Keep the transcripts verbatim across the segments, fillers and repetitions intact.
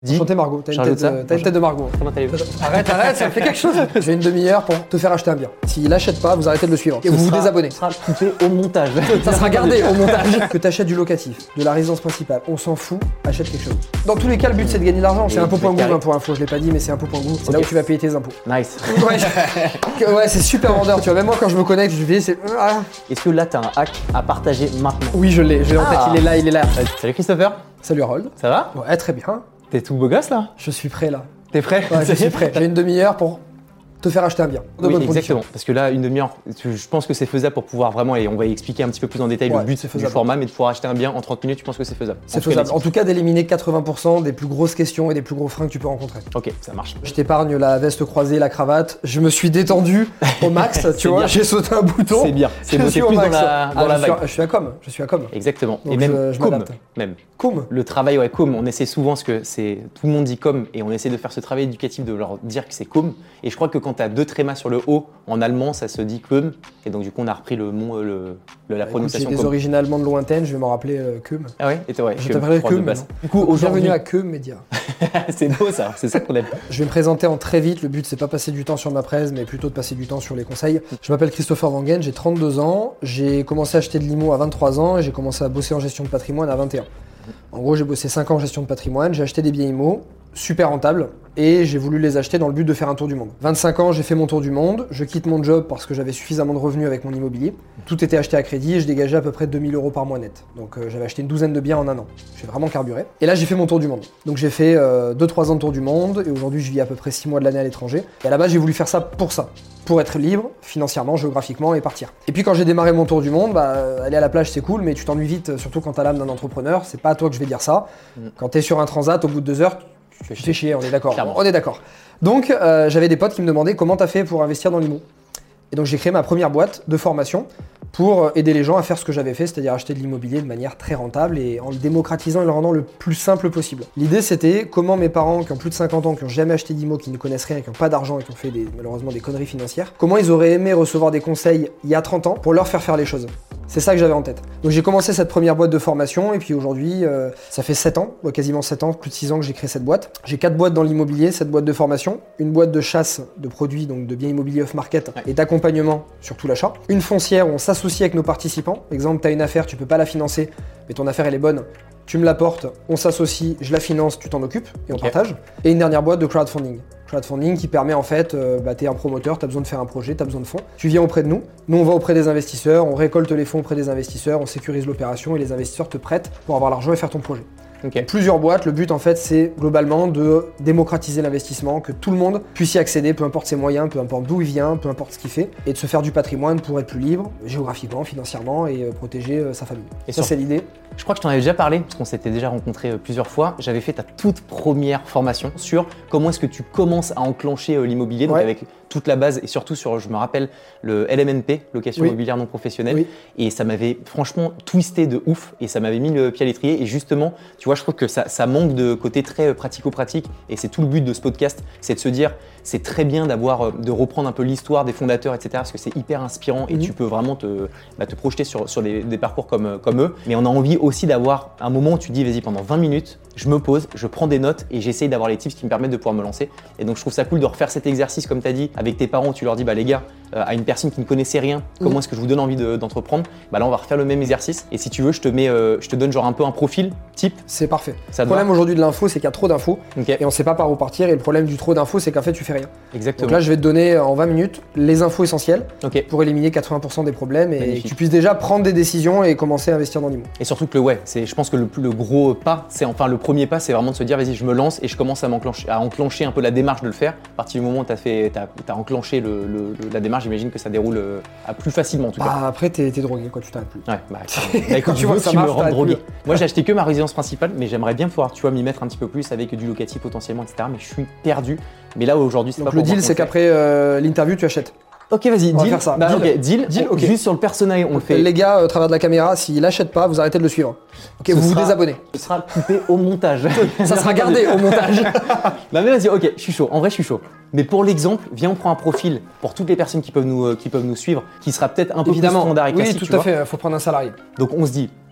Dis, Enchanté Margot, t'as une, Charlotte, tête de, t'as une tête de Margot. Comment allez-vous? Arrête, arrête, ça me fait quelque chose. J'ai une demi-heure pour te faire acheter un bien. S'il l'achète pas, vous arrêtez de le suivre et Ce vous vous sera- désabonnez. Ce sera coupé au montage. Ça sera gardé au montage. Que t'achètes du locatif, de la résidence principale, on s'en fout, achète quelque chose. Dans tous les cas, le but c'est de gagner de l'argent. C'est Et impôt.gouv carré. hein, pour info, je l'ai pas dit, mais c'est impôt.gouv. C'est Ok. là où tu vas payer tes impôts. Nice. Ouais, je- ouais, c'est super vendeur, tu vois. Même moi, quand je me connecte, je dis, c'est. Ah. Est-ce que là, t'as un hack à partager maintenant? Oui, je l'ai, je l'ai en tête, Ah. il est là, il est là. Euh, Salut Christopher, Salut Harold. ça va? Ouais, très bien. T'es tout beau gosse là? Je suis prêt là. T'es prêt? Ouais, je suis prêt. J'ai une demi-heure pour te faire acheter un bien. De Oui, bonnes exactement. Parce que là, une demi-heure, je pense que c'est faisable pour pouvoir vraiment, et on va y expliquer un petit peu plus en détail Ouais, le but c'est du faisable. format, mais de pouvoir acheter un bien en trente minutes, tu penses que c'est faisable? C'est En tout cas, faisable. En tout cas, d'éliminer quatre-vingts pour cent des plus grosses questions et des plus gros freins que tu peux rencontrer. Ok, ça marche. Je t'épargne la veste croisée, la cravate. Je me suis détendu au max, C'est tu vois. bien. J'ai sauté un bouton. C'est bien, c'est Je beau, suis c'est au plus dans max. la, Ah, dans la je, suis, vibe. je suis à com. Je suis à com. Exactement. Donc et même je- je com, m'adapte. même. Com. Le travail, ouais, com, on essaie souvent, ce que c'est, tout le monde dit com, et on essaie de faire ce travail éducatif de leur dire que c'est com. Et je crois que quand tu as deux trémas sur le haut, en allemand, ça se dit com. Et donc, du coup, on a repris le mot, le, le- la Écoute, J'ai prononciation des com. origines allemandes lointaines, je vais m'en rappeler euh, cum. Ah ouais, et toi, ouais, Je com, t'appellerai prof de cum. base. Du coup, aujourd'hui, Bienvenue à Cum Média. c'est beau ça, c'est ça qu'on aime. Je vais me présenter en très vite. Le but, c'est pas passer du temps sur ma presse, mais plutôt de passer du temps sur les conseils. Je m'appelle Christopher Wangen, j'ai trente-deux ans. J'ai commencé à acheter de l'I M O à vingt-trois ans et j'ai commencé à bosser en gestion de patrimoine à vingt et un. En gros, j'ai bossé cinq ans en gestion de patrimoine, j'ai acheté des biens I M O, super rentables, et j'ai voulu les acheter dans le but de faire un tour du monde. vingt-cinq ans, j'ai fait mon tour du monde, je quitte mon job parce que j'avais suffisamment de revenus avec mon immobilier. Tout était acheté à crédit et je dégageais à peu près deux mille euros par mois net. Donc euh, j'avais acheté une douzaine de biens en un an. J'ai vraiment carburé. Et là, j'ai fait mon tour du monde. Donc j'ai fait deux trois ans de tour du monde, et aujourd'hui, je vis à peu près six mois de l'année à l'étranger. Et à la base, j'ai voulu faire ça pour ça. Pour être libre, financièrement, géographiquement, et partir. Et puis quand j'ai démarré mon tour du monde, bah, aller à la plage c'est cool, mais tu t'ennuies vite, surtout quand t'as l'âme d'un entrepreneur. C'est pas à toi que je vais dire ça. Mm. Quand t'es sur un transat, au bout de deux heures, tu te fais chier, on est d'accord. Clairement. On est d'accord. Donc euh, j'avais des potes qui me demandaient comment t'as fait pour investir dans l'I M O. Et donc j'ai créé ma première boîte de formation pour aider les gens à faire ce que j'avais fait, c'est-à-dire acheter de l'immobilier de manière très rentable et en le démocratisant et le rendant le plus simple possible. L'idée c'était comment mes parents qui ont plus de cinquante ans, qui n'ont jamais acheté d'I M O, qui ne connaissent rien, qui n'ont pas d'argent et qui ont fait des, malheureusement des conneries financières, comment ils auraient aimé recevoir des conseils il y a trente ans pour leur faire faire les choses. C'est ça que j'avais en tête. Donc j'ai commencé cette première boîte de formation et puis aujourd'hui, euh, ça fait sept ans, ouais, quasiment sept ans, plus de six ans que j'ai créé cette boîte. J'ai quatre boîtes dans l'immobilier, cette boîte de formation, une boîte de chasse de produits, donc de biens immobiliers off-market Ouais. et d'accompagnement sur tout l'achat. Une foncière où on s'associe avec nos participants. Exemple, tu as une affaire, tu peux pas la financer, mais ton affaire elle est bonne. Tu me l'apportes, on s'associe, je la finance, tu t'en occupes et on Ok. partage. Et une dernière boîte de crowdfunding. Crowdfunding qui permet en fait, euh, bah, tu es un promoteur, tu as besoin de faire un projet, tu as besoin de fonds. Tu viens auprès de nous, nous on va auprès des investisseurs, on récolte les fonds auprès des investisseurs, on sécurise l'opération et les investisseurs te prêtent pour avoir l'argent et faire ton projet. Ok. Plusieurs boîtes, le but en fait c'est globalement de démocratiser l'investissement, que tout le monde puisse y accéder, peu importe ses moyens, peu importe d'où il vient, peu importe ce qu'il fait, et de se faire du patrimoine pour être plus libre, géographiquement, financièrement, et euh, protéger euh, sa famille. Et ça sur- c'est l'idée. Je crois que je t'en avais déjà parlé, parce qu'on s'était déjà rencontrés euh, plusieurs fois. J'avais fait ta toute première formation sur comment est-ce que tu commences à enclencher euh, l'immobilier, donc Ouais. avec toute la base et surtout sur, je me rappelle, le L M N P, location Oui. immobilière non professionnelle. Oui. Et ça m'avait franchement twisté de ouf et ça m'avait mis le pied à l'étrier. Et justement, tu vois, je trouve que ça, ça manque de côté très euh, pratico-pratique. Et c'est tout le but de ce podcast, c'est de se dire, c'est très bien d'avoir, euh, de reprendre un peu l'histoire des fondateurs, et cetera. Parce que c'est hyper inspirant et Mhm. tu peux vraiment te, bah, te projeter sur, sur des, des parcours comme, euh, comme eux. Mais on a envie aussi d'avoir un moment où tu dis, vas-y, pendant vingt minutes, je me pose, je prends des notes et j'essaye d'avoir les tips qui me permettent de pouvoir me lancer. Et donc, je trouve ça cool de refaire cet exercice, comme tu as dit, avec tes parents, où tu leur dis, bah les gars, euh, à une personne qui ne connaissait rien, comment Mhm. est-ce que je vous donne envie de- d'entreprendre? Bah là, on va refaire le même exercice. Et si tu veux, je te mets, euh, je te donne genre un peu un profil type. C'est parfait. Ça Le te va? problème aujourd'hui de l'info, c'est qu'il y a trop d'infos Ok, et on sait pas par où partir. Et le problème du trop d'infos, c'est qu'en fait, tu fais rien. exactement. Donc là, je vais te donner en vingt minutes les infos essentielles Ok. pour éliminer quatre-vingts pour cent des problèmes et Magnifique. que tu puisses déjà prendre des décisions et commencer à investir dans l'immo. Et surtout que le ouais, c'est, je pense que le, plus- le gros pas, c'est enfin le premier pas, c'est vraiment de se dire vas-y, je me lance et je commence à m'enclencher, à enclencher un peu la démarche de le faire. À partir du moment où tu as fait, t'as, t'as enclenché le, le- le- la démarche, j'imagine que ça déroule euh, à plus facilement en tout cas. Bah après, t'es t'es drogué, quoi, tu t'arrêtes plus. Ouais, bah, clairement. Bah, écoute, Quand tu tu vois veux que ça que tu me marche, rendes t'arrêtes drogué. plus. Moi, j'ai acheté que ma résidence principale, mais j'aimerais bien pouvoir, tu vois, m'y mettre un petit peu plus avec du locatif potentiellement, et cetera. Mais je suis perdu. Mais là aujourd'hui, c'est Donc pas le pour moi deal, qu'on c'est le fait. qu'après euh, l'interview, tu achètes. Ok, vas-y, On va deal. faire ça. Bah, Deal. ok, deal. Deal, On- ok. Juste sur le personnage, on le fait. Les gars, euh, au travers de la caméra, s'il l'achète pas, vous arrêtez de le suivre. Ok, Ce vous vous sera- désabonnez. Ce sera coupé au montage. Ça sera gardé au montage. Bah mais vas-y, ok, je suis chaud. En vrai, je suis chaud. Mais pour l'exemple, viens, on prend un profil pour toutes les personnes qui peuvent nous, euh, qui peuvent nous suivre, qui sera peut-être un peu Évidemment. plus standard et Oui, classique. tout tu à vois. fait. Faut prendre un salarié. Donc on se dit,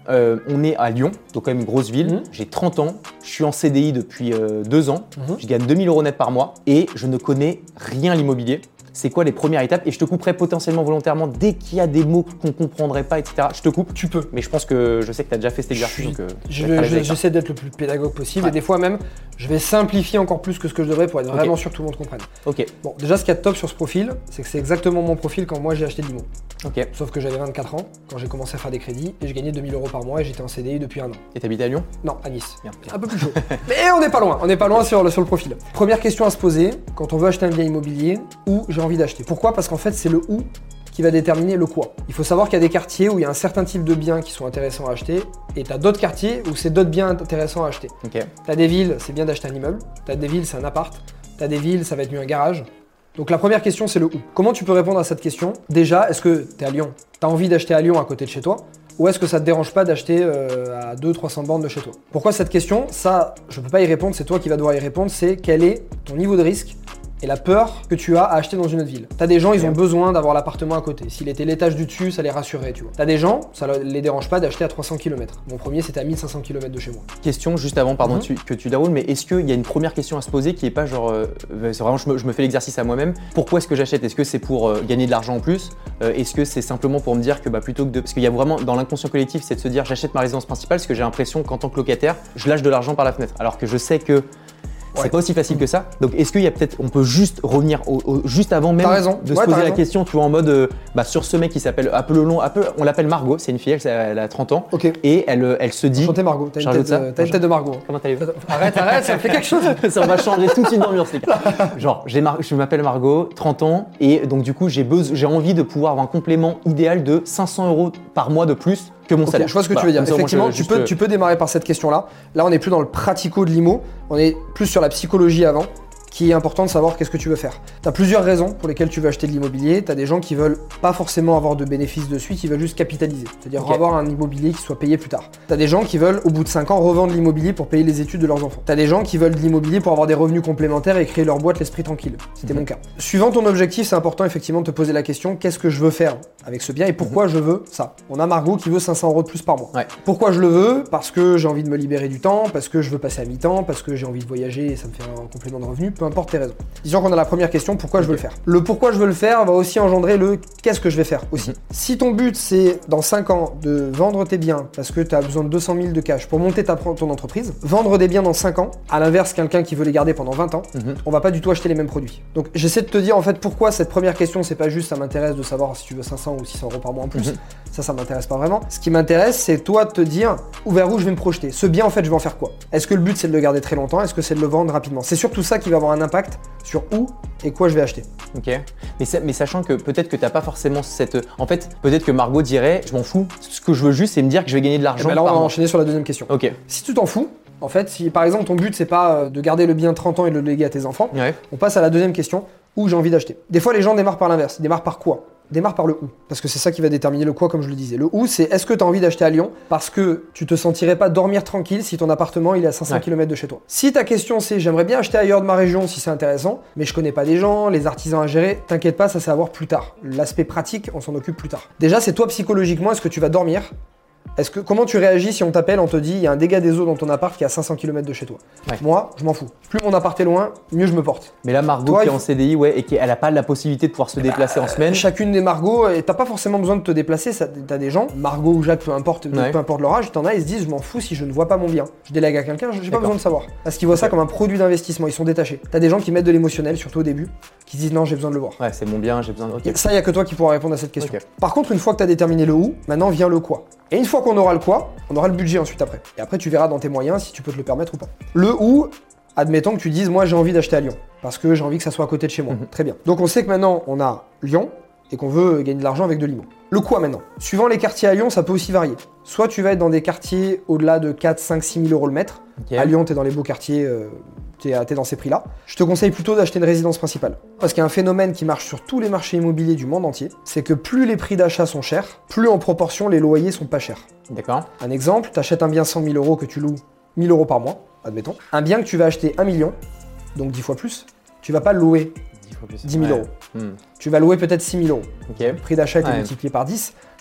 euh, on est à Lyon, donc quand même une grosse ville. Mmh. J'ai trente ans, je suis en C D I depuis euh, deux ans, mmh. je gagne deux mille euros net par mois et je ne connais rien à l'immobilier. C'est quoi les premières étapes? Et je te couperai potentiellement volontairement dès qu'il y a des mots qu'on ne comprendrait pas, et cetera. Je te coupe. Tu peux. Mais je pense que je sais que tu as déjà fait cet exercice. Je, donc, euh, je, je, j'essaie d'être le plus pédagogue possible ouais. et des fois même, je vais simplifier encore plus que ce que je devrais pour être okay. vraiment sûr que tout le monde comprenne. Ok. Bon, déjà, ce qu'il y a de top sur ce profil, c'est que c'est exactement mon profil quand moi j'ai acheté de l'immo. Ok. Sauf que j'avais vingt-quatre ans quand j'ai commencé à faire des crédits et je gagnais deux mille euros par mois et j'étais en C D I depuis un an. Et t'habites à Lyon? Non, à Nice. Bien. Un peu plus chaud. Mais on n'est pas loin, on n'est pas loin sur le, sur le profil. Première question à se poser quand on veut acheter un bien immobilier, où j'ai envie d'acheter. Pourquoi? Parce qu'en fait, c'est le où qui va déterminer le quoi. Il faut savoir qu'il y a des quartiers où il y a un certain type de biens qui sont intéressants à acheter et tu as d'autres quartiers où c'est d'autres biens intéressants à acheter. Okay. Tu as des villes, c'est bien d'acheter un immeuble. Tu as des villes, c'est un appart. Tu as des villes, ça va être mieux un garage. Donc la première question, c'est le où. Comment tu peux répondre à cette question? Déjà, est-ce que tu es à Lyon? Tu as envie d'acheter à Lyon à côté de chez toi? Ou est-ce que ça te dérange pas d'acheter euh, à deux cents à trois cents bornes de chez toi? Pourquoi cette question? Ça, je peux pas y répondre, c'est toi qui vas devoir y répondre. C'est quel est ton niveau de risque et la peur que tu as à acheter dans une autre ville. T'as des gens, ils ont besoin d'avoir l'appartement à côté. S'il était l'étage du dessus, ça les rassurerait, tu vois. T'as des gens, ça les dérange pas d'acheter à trois cents kilomètres. Mon premier, c'était à mille cinq cents kilomètres de chez moi. Question juste avant, pardon, mm-hmm. tu, que tu déroules, mais est-ce qu'il y a une première question à se poser qui est pas genre, euh, c'est vraiment, je me, je me fais l'exercice à moi-même. Pourquoi est-ce que j'achète? Est-ce que c'est pour euh, gagner de l'argent en plus? euh, Est-ce que c'est simplement pour me dire que bah, plutôt que de, parce qu'il y a vraiment dans l'inconscient collectif, c'est de se dire j'achète ma résidence principale parce que j'ai l'impression qu'en tant que locataire, je lâche de l'argent par la fenêtre. Alors que je sais que c'est ouais. pas aussi facile que ça. Donc est-ce qu'il y a peut-être, on peut juste revenir au, au, juste avant même raison. de ouais, se poser la raison. question, tu vois, en mode, euh, bah, sur ce mec qui s'appelle, appelons, appel, on l'appelle Margot, c'est une fille, elle, elle a trente ans, okay. et elle, elle se dit. Chantez Margot, t'as une, tête, t'as une tête de Margot. Comment allez-vous? Arrête, arrête, ça me fait quelque chose. Ça va changer toute une ambiance, les gars. Genre, j'ai Mar- je m'appelle Margot, trente ans, et donc du coup, j'ai, besoin, j'ai envie de pouvoir avoir un complément idéal de cinq cents euros par mois de plus que mon okay, salaire. Je vois ce que bah, tu veux dire. Ça, effectivement, je, tu, peux, tu peux démarrer par cette question-là. Là, on n'est plus dans le pratico de l'immo, on est plus sur la psychologie avant, qui est important de savoir qu'est-ce que tu veux faire. Tu as plusieurs raisons pour lesquelles tu veux acheter de l'immobilier. Tu as des gens qui veulent pas forcément avoir de bénéfices de suite, ils veulent juste capitaliser, c'est-à-dire okay. avoir un immobilier qui soit payé plus tard. Tu as des gens qui veulent, au bout de cinq ans, revendre l'immobilier pour payer les études de leurs enfants. Tu as des gens qui veulent de l'immobilier pour avoir des revenus complémentaires et créer leur boîte l'esprit tranquille. C'était mmh. mon cas. Suivant ton objectif, c'est important effectivement de te poser la question, qu'est-ce que je veux faire avec ce bien et pourquoi mmh. je veux ça? On a Margot qui veut cinq cents euros de plus par mois. Ouais. Pourquoi je le veux? Parce que j'ai envie de me libérer du temps, parce que je veux passer à mi-temps, parce que j'ai envie de voyager et ça me fait un complément de revenu, peu importe tes raisons. Disons qu'on a la première question, pourquoi okay. je veux le faire? Le pourquoi je veux le faire va aussi engendrer le qu'est-ce que je vais faire aussi. Mmh. Si ton but c'est dans cinq ans de vendre tes biens parce que tu as besoin de deux cent mille de cash pour monter ta, ton entreprise, vendre des biens dans cinq ans, à l'inverse quelqu'un qui veut les garder pendant vingt ans, mmh. on va pas du tout acheter les mêmes produits. Donc j'essaie de te dire en fait pourquoi cette première question, c'est pas juste ça m'intéresse de savoir si tu veux cinq cents ou six cents euros par mois en plus. Mmh. Ça, ça m'intéresse pas vraiment. Ce qui m'intéresse, c'est toi de te dire où vers où je vais me projeter. Ce bien en fait, je vais en faire quoi? Est-ce que le but c'est de le garder très longtemps? Est-ce que c'est de le vendre rapidement? C'est surtout ça qui va avoir un impact sur où et quoi je vais acheter. Ok, mais, ça, mais sachant que peut-être que t'as pas forcément cette... En fait, peut-être que Margot dirait, je m'en fous, ce que je veux juste c'est me dire que je vais gagner de l'argent. Et ben là on va enchaîner sur la deuxième question. Ok. Si tu t'en fous, en fait, si par exemple ton but c'est pas de garder le bien trente ans et de le léguer à tes enfants, ouais. on passe à la deuxième question, où j'ai envie d'acheter. Des fois les gens démarrent par l'inverse, ils démarrent par quoi? Démarre par le où, parce que c'est ça qui va déterminer le quoi comme je le disais. Le où, c'est est-ce que tu as envie d'acheter à Lyon parce que tu te sentirais pas dormir tranquille si ton appartement il est à cinq cents ouais. kilomètres de chez toi. Si ta question c'est j'aimerais bien acheter ailleurs de ma région si c'est intéressant, mais je connais pas des gens, les artisans à gérer, t'inquiète pas, ça c'est à voir plus tard. L'aspect pratique, on s'en occupe plus tard. Déjà c'est toi psychologiquement, est-ce que tu vas dormir? Est-ce que, comment tu réagis si on t'appelle, on te dit il y a un dégât des eaux dans ton appart qui est à cinq cents kilomètres de chez toi? Ouais. Moi, je m'en fous. Plus mon appart est loin, mieux je me porte. Mais là, Margot Toi, qui est en C D I, ouais, et qui elle a pas la possibilité de pouvoir se déplacer bah, en semaine. Chacune des Margot, et t'as pas forcément besoin de te déplacer. Ça, t'as des gens, Margot ou Jacques, peu importe, ouais. peu importe leur âge, t'en as, ils se disent je m'en fous si je ne vois pas mon bien. Je délègue à quelqu'un, j'ai pas besoin de savoir. Parce qu'ils voient okay. ça comme un produit d'investissement, ils sont détachés. T'as des gens qui mettent de l'émotionnel, surtout au début, qui se disent non, j'ai besoin de le voir. Ouais, c'est mon bien, j'ai besoin de. Okay. Ça, il y a que toi qui pourras répondre à cette question. Okay. Par contre, une fois que t'as déterminé le où, maintenant vient le quoi. Et une fois qu'on aura le quoi, on aura le budget ensuite après. Et après, tu verras dans tes moyens si tu peux te le permettre ou pas. Le où, admettons que tu dises, moi j'ai envie d'acheter à Lyon, parce que j'ai envie que ça soit à côté de chez moi. Mmh. Très bien. Donc on sait que maintenant on a Lyon et qu'on veut gagner de l'argent avec de l'immo. Le quoi maintenant? Suivant les quartiers à Lyon, ça peut aussi varier. Soit tu vas être dans des quartiers au-delà de quatre, cinq, six mille euros le mètre. Okay. À Lyon, tu es dans les beaux quartiers, euh, tu es dans ces prix-là. Je te conseille plutôt d'acheter une résidence principale. Parce qu'il y a un phénomène qui marche sur tous les marchés immobiliers du monde entier, c'est que plus les prix d'achat sont chers, plus en proportion les loyers sont pas chers. D'accord. Un exemple, tu achètes un bien cent mille euros que tu loues mille euros par mois, admettons. Un bien que tu vas acheter un million, donc dix fois plus, tu vas pas le louer dix mille euros. Hmm. Tu vas louer peut-être six mille euros. Okay. Le prix d'achat est ouais. multiplié par dix.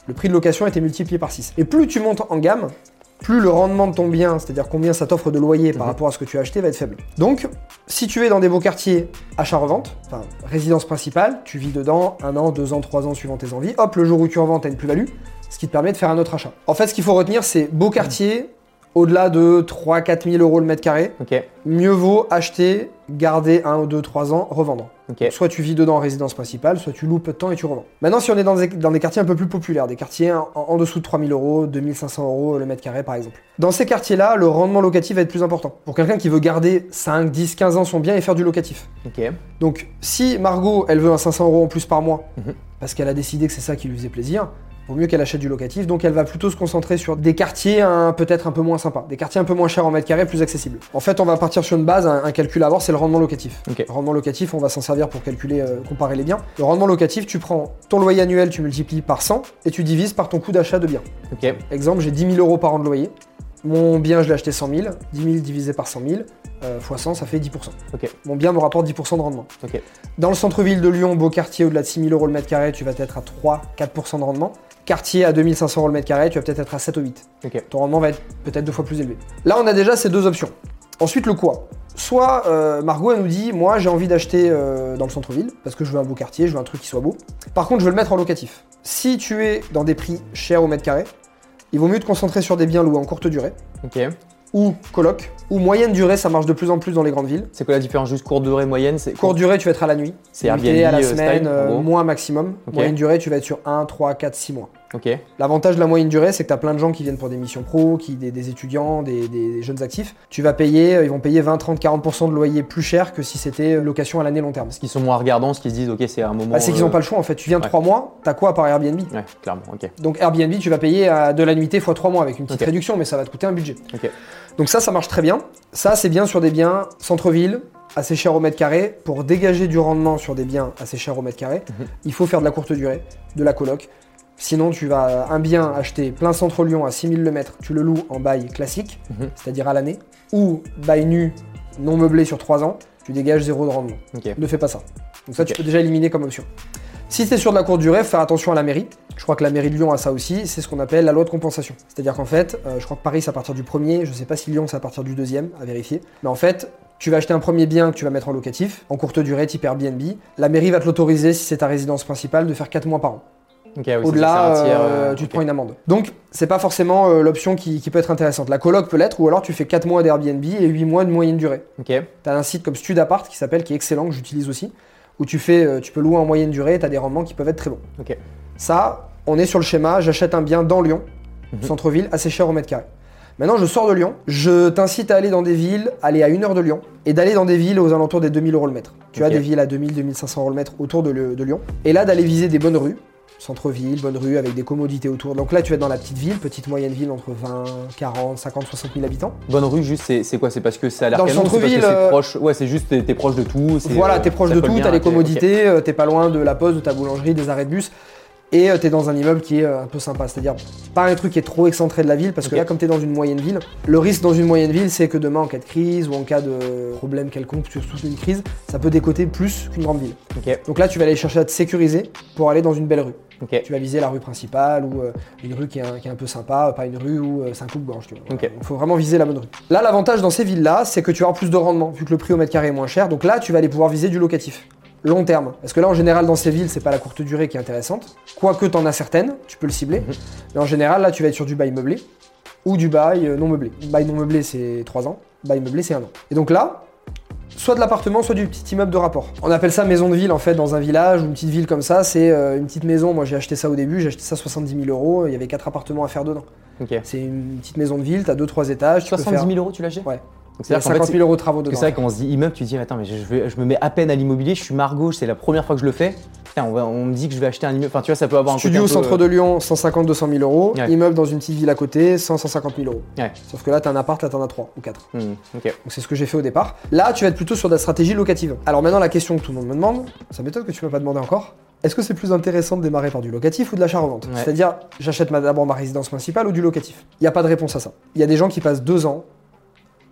Le prix de location a été multiplié par six. Et plus tu montes en gamme, plus le rendement de ton bien, c'est-à-dire combien ça t'offre de loyer par mmh. rapport à ce que tu as acheté, va être faible. Donc, si tu es dans des beaux quartiers achat-revente, enfin résidence principale, tu vis dedans un an, deux ans, trois ans suivant tes envies, hop, le jour où tu en vends, tu as une plus-value, ce qui te permet de faire un autre achat. En fait, ce qu'il faut retenir, c'est beau quartier, mmh. au-delà de trois à quatre mille euros le mètre carré, okay. mieux vaut acheter, garder un, deux, trois ans, revendre. Okay. Soit tu vis dedans en résidence principale, soit tu loues peu de temps et tu revends. Maintenant, si on est dans des, dans des quartiers un peu plus populaires, des quartiers en, en dessous de trois mille euros, deux mille cinq cents euros le mètre carré par exemple. Dans ces quartiers-là, le rendement locatif va être plus important. Pour quelqu'un qui veut garder cinq, dix, quinze ans son bien et faire du locatif. Okay. Donc, si Margot, elle veut un cinq cents euros en plus par mois, mm-hmm. parce qu'elle a décidé que c'est ça qui lui faisait plaisir, vaut mieux qu'elle achète du locatif, donc elle va plutôt se concentrer sur des quartiers hein, peut-être un peu moins sympas, des quartiers un peu moins chers en mètre carré, plus accessibles. En fait, on va partir sur une base, un, un calcul à avoir, c'est le rendement locatif. Okay. Le rendement locatif, on va s'en servir pour calculer, euh, comparer les biens. Le rendement locatif, tu prends ton loyer annuel, tu multiplies par cent et tu divises par ton coût d'achat de bien. Okay. Exemple, j'ai dix mille euros par an de loyer. Mon bien, je l'ai acheté cent mille, dix mille divisé par cent mille, euh, fois cent, ça fait dix pour cent. Okay. Mon bien me rapporte dix pour cent de rendement. Okay. Dans le centre-ville de Lyon, beau quartier, au-delà de six mille euros le mètre carré, tu vas être à trois à quatre pour cent de rendement. Quartier à deux mille cinq cents euros le mètre carré, tu vas peut-être être à sept ou huit. Okay. Ton rendement va être peut-être deux fois plus élevé. Là, on a déjà ces deux options. Ensuite, le quoi. Soit euh, Margot, elle nous dit, moi, j'ai envie d'acheter euh, dans le centre-ville, parce que je veux un beau quartier, je veux un truc qui soit beau. Par contre, je veux le mettre en locatif. Si tu es dans des prix chers au mètre carré, il vaut mieux te concentrer sur des biens loués en courte durée. Okay. Ou coloc, ou moyenne durée, ça marche de plus en plus dans les grandes villes. C'est quoi la différence? Juste courte durée, moyenne? Courte durée, tu vas être à la nuit. C'est Airbnb à la euh, semaine, style, euh, mois maximum. Okay. Moyenne durée, tu vas être sur un, trois, quatre, six mois. Okay. L'avantage de la moyenne durée, c'est que tu as plein de gens qui viennent pour des missions pro, qui, des, des étudiants, des, des jeunes actifs. Tu vas payer, ils vont payer vingt, trente, quarante pour cent de loyer plus cher que si c'était location à l'année long terme. Parce qu'ils sont moins regardants, ce qu'ils se disent, ok, c'est un moment. Bah, c'est qu'ils n'ont euh... pas le choix en fait. Tu viens de trois ouais. mois, t'as quoi à part Airbnb? Ouais, clairement, ok. Donc Airbnb, tu vas payer à de la nuitée fois trois mois avec une petite okay. réduction, mais ça va te coûter un budget. Okay. Donc ça, ça marche très bien. Ça, c'est bien sur des biens centre-ville, assez cher au mètre carré. Pour dégager du rendement sur des biens assez chers au mètre carré, mmh. il faut faire de la courte durée, de la coloc. Sinon, tu vas un bien acheter plein centre Lyon à six mille le mètre, tu le loues en bail classique, mmh. c'est-à-dire à l'année, ou bail nu, non meublé sur trois ans, tu dégages zéro de rendement. Okay. Ne fais pas ça. Donc ça, okay. tu peux déjà éliminer comme option. Si tu es sur de la courte durée, faut faire attention à la mairie. Je crois que la mairie de Lyon a ça aussi, c'est ce qu'on appelle la loi de compensation. C'est-à-dire qu'en fait, euh, je crois que Paris c'est à partir du premier, je sais pas si Lyon c'est à partir du deuxième, à vérifier. Mais en fait, tu vas acheter un premier bien que tu vas mettre en locatif, en courte durée, type Airbnb. La mairie va te l'autoriser, si c'est ta résidence principale, de faire quatre mois par an. Okay, oui, Au-delà, ça, tiers, euh, tu te okay. prends une amende. Donc, c'est pas forcément euh, l'option qui, qui peut être intéressante. La coloc peut l'être, ou alors tu fais quatre mois d'Airbnb et huit mois de moyenne durée. Okay. Tu as un site comme Studapart qui s'appelle, qui est excellent, que j'utilise aussi, où tu, fais, euh, tu peux louer en moyenne durée et tu as des rendements qui peuvent être très bons. Okay. Ça, on est sur le schéma, j'achète un bien dans Lyon, mm-hmm. centre-ville, assez cher au mètre carré. Maintenant, je sors de Lyon, je t'incite à aller dans des villes, aller à une heure de Lyon, et d'aller dans des villes aux alentours des deux mille euros le mètre. Tu okay. as des villes à deux mille, deux mille cinq cents euros le mètre autour de, le, de Lyon, et là d'aller viser des bonnes rues, centre-ville, bonne rue, avec des commodités autour. Donc là, tu vas être dans la petite ville, petite moyenne ville entre vingt, quarante, cinquante, soixante mille habitants. Bonne rue, juste, c'est, c'est quoi? C'est parce que c'est à l'air dans le centre-ville, c'est proche. Ouais, c'est juste, t'es, t'es proche de tout. Voilà, t'es proche de tout, t'as les commodités, okay. t'es pas loin de la poste, de ta boulangerie, des arrêts de bus. Et t'es dans un immeuble qui est un peu sympa, c'est-à-dire pas un truc qui est trop excentré de la ville, parce okay. que là, comme t'es dans une moyenne ville, le risque dans une moyenne ville, c'est que demain, en cas de crise ou en cas de problème quelconque, surtout une crise, ça peut décoter plus qu'une grande ville. Okay. Donc là, tu vas aller chercher à te sécuriser pour aller dans une belle rue. Okay. Tu vas viser la rue principale ou euh, une rue qui est, un, qui est un peu sympa, pas une rue où euh, c'est un coupe-gorge. Il okay. faut vraiment viser la bonne rue. Là, l'avantage dans ces villes-là, c'est que tu vas avoir plus de rendement, vu que le prix au mètre carré est moins cher. Donc là, tu vas aller pouvoir viser du locatif. Long terme. Parce que là, en général, dans ces villes, c'est pas la courte durée qui est intéressante. Quoique t'en as certaines, tu peux le cibler. Mm-hmm. Mais en général, là, tu vas être sur du bail meublé ou du bail non meublé. Bail non meublé, c'est trois ans. Bail meublé, c'est un an. Et donc là, soit de l'appartement, soit du petit immeuble de rapport. On appelle ça maison de ville, en fait, dans un village ou une petite ville comme ça. C'est euh, une petite maison. Moi, j'ai acheté ça au début. J'ai acheté ça soixante-dix mille euros. Il y avait quatre appartements à faire dedans. Okay. C'est une petite maison de ville. T'as deux, trois étages. soixante-dix mille euros, tu l'as acheté? Ouais. Donc c'est cinquante mille euros de travaux dedans. C'est vrai qu'on se dit immeuble, tu te dis attends mais je, vais, je me mets à peine à l'immobilier, je suis Margot, c'est la première fois que je le fais. Putain, on, va, on me dit que je vais acheter un immeuble. Enfin tu vois ça peut avoir un studio côté un au centre peu... de Lyon, cent cinquante à deux cents mille euros. Ouais. Immeuble dans une petite ville à côté, cent à cent cinquante mille euros. Ouais. Sauf que là t'as un appart, là t'en as trois ou quatre. Mmh, okay. Donc c'est ce que j'ai fait au départ. Là tu vas être plutôt sur de la stratégie locative. Alors maintenant la question que tout le monde me demande, ça m'étonne que tu m'as pas demandé encore. Est-ce que c'est plus intéressant de démarrer par du locatif ou de l'achat-revente? Ouais. C'est-à-dire j'achète d'abord ma résidence principale ou du locatif? Il n'y a pas de réponse à ça. Il y a des gens qui passent deux ans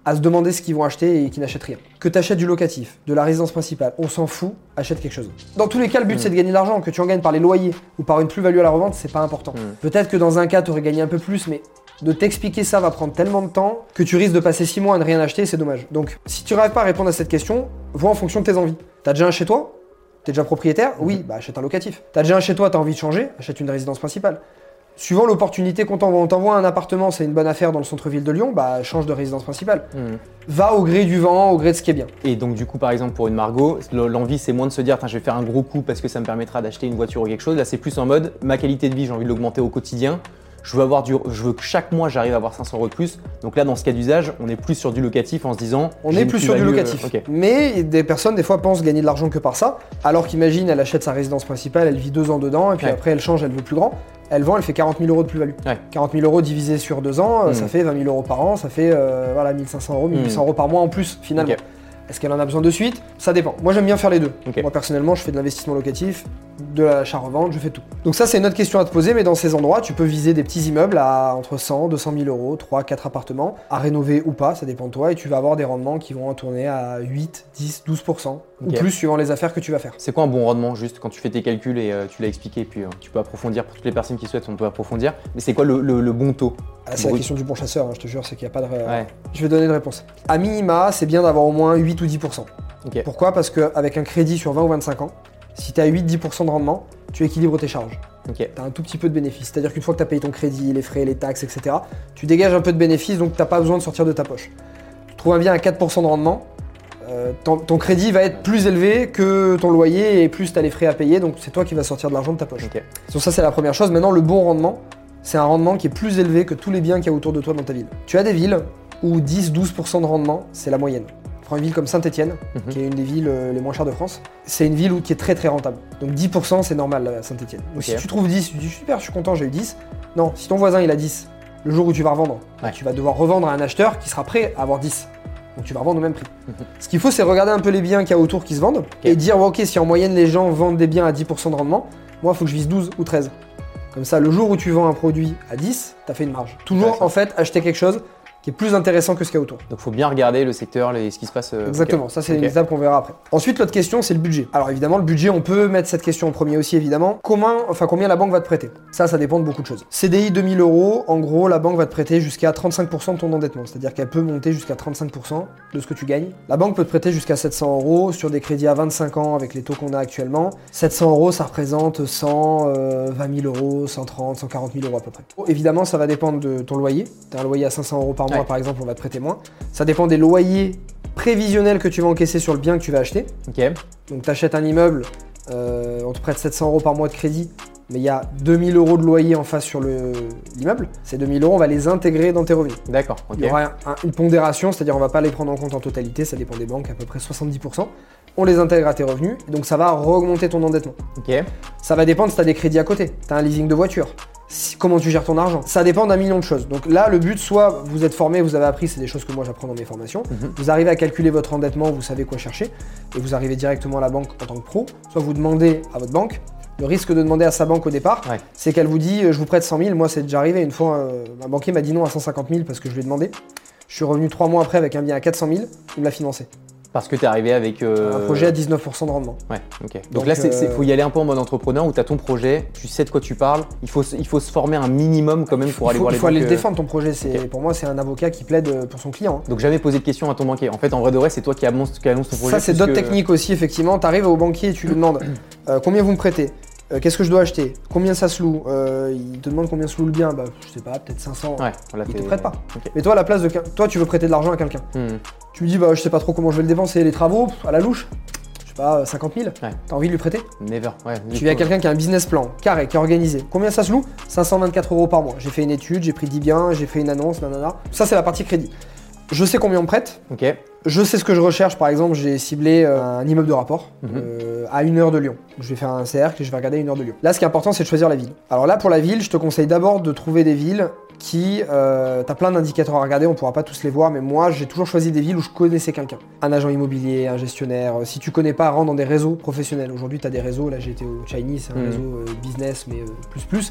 à se demander ce qu'ils vont acheter et qui n'achètent rien. Que tu achètes du locatif, de la résidence principale, on s'en fout, achète quelque chose. Dans tous les cas, le but mmh. c'est de gagner de l'argent. Que tu en gagnes par les loyers ou par une plus-value à la revente, c'est pas important. Mmh. Peut-être que dans un cas, tu aurais gagné un peu plus, mais de t'expliquer ça va prendre tellement de temps que tu risques de passer six mois à ne rien acheter, c'est dommage. Donc, si tu n'arrives pas à répondre à cette question, vois en fonction de tes envies. T'as déjà un chez toi? T'es déjà propriétaire? Oui, bah achète un locatif. T'as déjà un chez toi, t'as envie de changer? Achète une résidence principale. Suivant l'opportunité qu'on t'envoie, on t'envoie un appartement, c'est une bonne affaire dans le centre-ville de Lyon, bah change de résidence principale. Mmh. Va au gré du vent, au gré de ce qui est bien. Et donc du coup, par exemple, pour une Margot, l'envie c'est moins de se dire je vais faire un gros coup parce que ça me permettra d'acheter une voiture ou quelque chose. Là, c'est plus en mode ma qualité de vie, j'ai envie de l'augmenter au quotidien. Je veux, avoir du, je veux que chaque mois j'arrive à avoir cinq cents euros de plus. Donc là, dans ce cas d'usage, on est plus sur du locatif en se disant. On est plus sur du locatif. Euh, okay. Mais des personnes, des fois, pensent gagner de l'argent que par ça. Alors qu'imagine, elle achète sa résidence principale, elle vit deux ans dedans, et puis ouais. après, elle change, elle veut plus grand. Elle vend, elle fait quarante mille euros de plus-value. Ouais. quarante mille euros divisé sur deux ans, mmh. ça fait vingt mille euros par an, ça fait euh, voilà, mille cinq cents euros, mille huit cents mmh. euros par mois en plus, finalement. Okay. Est-ce qu'elle en a besoin de suite? Ça dépend. Moi, j'aime bien faire les deux. Okay. Moi, personnellement, je fais de l'investissement locatif, de l'achat-revente, je fais tout. Donc ça, c'est une autre question à te poser, mais dans ces endroits, tu peux viser des petits immeubles à entre cent, deux cent mille euros, trois, quatre appartements, à rénover ou pas, ça dépend de toi, et tu vas avoir des rendements qui vont tourner à huit, dix, douze pour cent, okay. ou plus suivant les affaires que tu vas faire. C'est quoi un bon rendement, juste quand tu fais tes calculs et euh, tu l'as expliqué, et puis euh, tu peux approfondir pour toutes les personnes qui souhaitent, on peut approfondir, mais c'est quoi le, le, le bon taux? Ah, c'est la question du bon chasseur, hein, je te jure, c'est qu'il n'y a pas de... Ouais. Je vais donner une réponse. À minima, c'est bien d'avoir au moins huit ou dix pour cent. Okay. Pourquoi? Parce qu'avec un crédit sur vingt ou vingt-cinq ans, si tu as huit à dix pour cent de rendement, tu équilibres tes charges. Okay. Tu as un tout petit peu de bénéfice. C'est-à-dire qu'une fois que tu as payé ton crédit, les frais, les taxes, et cetera, tu dégages un peu de bénéfice, donc tu n'as pas besoin de sortir de ta poche. Tu trouves un bien à quatre pour cent de rendement, euh, ton, ton crédit va être plus élevé que ton loyer et plus tu as les frais à payer, donc c'est toi qui vas sortir de l'argent de ta poche. Okay. Donc ça, c'est la première chose. Maintenant, le bon rendement, c'est un rendement qui est plus élevé que tous les biens qu'il y a autour de toi dans ta ville. Tu as des villes où dix à douze pour cent de rendement, c'est la moyenne. Prends une ville comme Saint-Étienne, mmh. qui est une des villes euh, les moins chères de France. C'est une ville où, qui est très très rentable. Donc dix pour cent, c'est normal à Saint-Étienne. Donc okay. si tu trouves dix, tu dis super, je suis content, j'ai eu dix. Non, si ton voisin il a dix, le jour où tu vas revendre, ouais. tu vas devoir revendre à un acheteur qui sera prêt à avoir dix. Donc tu vas revendre au même prix. Mmh. Ce qu'il faut, c'est regarder un peu les biens qu'il y a autour qui se vendent okay. et dire, ok, si en moyenne les gens vendent des biens à dix pour cent de rendement, moi il faut que je vise douze ou treize. Comme ça, le jour où tu vends un produit à dix, tu as fait une marge. Toujours en fait acheter quelque chose qui est plus intéressant que ce qu'il y a autour. Donc il faut bien regarder le secteur, les, ce qui se passe. Euh, Exactement, okay. ça c'est okay. une étape qu'on verra après. Ensuite, l'autre question, c'est le budget. Alors évidemment, le budget, on peut mettre cette question en premier aussi, évidemment. Comment, enfin, combien la banque va te prêter? Ça, ça dépend de beaucoup de choses. C D I deux mille euros, en gros, la banque va te prêter jusqu'à trente-cinq pour cent de ton endettement. C'est-à-dire qu'elle peut monter jusqu'à trente-cinq pour cent de ce que tu gagnes. La banque peut te prêter jusqu'à sept cents euros sur des crédits à vingt-cinq ans avec les taux qu'on a actuellement. sept cents euros, ça représente cent vingt mille euros, cent trente, cent quarante mille euros à peu près. Évidemment, ça va dépendre de ton loyer. Tu as un loyer à cinq cents euros par mois, ouais. par exemple, on va te prêter moins. Ça dépend des loyers prévisionnels que tu vas encaisser sur le bien que tu vas acheter. Okay. Donc tu achètes un immeuble, euh, on te prête sept cents euros par mois de crédit, mais il y a deux mille euros de loyer en face sur l'immeuble. Ces deux mille euros, on va les intégrer dans tes revenus. D'accord. Okay. Il y aura un, une pondération, c'est-à-dire on ne va pas les prendre en compte en totalité, ça dépend des banques, à peu près soixante-dix pour cent. On les intègre à tes revenus, donc ça va augmenter ton endettement. Okay. Ça va dépendre si tu as des crédits à côté, tu as un leasing de voiture. Si, comment tu gères ton argent? Ça dépend d'un million de choses. Donc là, le but, soit vous êtes formé, vous avez appris, c'est des choses que moi j'apprends dans mes formations. Mm-hmm. Vous arrivez à calculer votre endettement, vous savez quoi chercher, et vous arrivez directement à la banque en tant que pro. Soit vous demandez à votre banque. Le risque de demander à sa banque au départ, ouais. c'est qu'elle vous dit, je vous prête cent mille. Moi, c'est déjà arrivé. Une fois, euh, un banquier m'a dit non à cent cinquante mille parce que je lui ai demandé. Je suis revenu trois mois après avec un bien à quatre cent mille. Il me l'a financé. Parce que tu es arrivé avec... Euh... un projet à dix-neuf pour cent de rendement. Ouais, ok. Donc, Donc là, il euh... faut y aller un peu en mode entrepreneur où tu as ton projet, tu sais de quoi tu parles. Il faut, il faut se former un minimum quand même pour aller faut, voir les Il faut banques, aller le euh... défendre ton projet. Okay. Pour moi, c'est un avocat qui plaide pour son client. Donc jamais poser de questions à ton banquier. En fait, en vrai de vrai, c'est toi qui annonce, qui annonce ton projet. Ça, c'est d'autres que... techniques aussi, effectivement. Tu arrives au banquier et tu lui demandes euh, combien vous me prêtez. Euh, Qu'est-ce que je dois acheter? Combien ça se loue? euh, Il te demande combien se loue le bien. Bah, je sais pas, peut-être cinq cents. Ouais, voilà, il te prête pas. Okay. Mais toi, à la place de toi, tu veux prêter de l'argent à quelqu'un. Hmm. Tu lui dis, bah, je sais pas trop comment je vais le dépenser, les travaux, à la louche. Je sais pas, cinquante mille. Ouais. T'as envie de lui prêter? Never. Ouais, tu viens à quelqu'un qui a un business plan carré, qui est organisé. Combien ça se loue? cinq cent vingt-quatre euros par mois. J'ai fait une étude, j'ai pris dix biens, j'ai fait une annonce, nanana. Ça, c'est la partie crédit. Je sais combien on me prête. Ok. Je sais ce que je recherche. Par exemple, j'ai ciblé euh, un immeuble de rapport mm-hmm. euh, à une heure de Lyon. Je vais faire un cercle et je vais regarder une heure de Lyon. Là, ce qui est important, c'est de choisir la ville. Alors là, pour la ville, je te conseille d'abord de trouver des villes qui... Euh, t'as plein d'indicateurs à regarder, on pourra pas tous les voir, mais moi, j'ai toujours choisi des villes où je connaissais quelqu'un. Un agent immobilier, un gestionnaire. Si tu connais pas, rentre dans des réseaux professionnels. Aujourd'hui, t'as des réseaux. Là, j'ai été au Chinese, c'est un mm. réseau euh, business, mais euh, plus plus.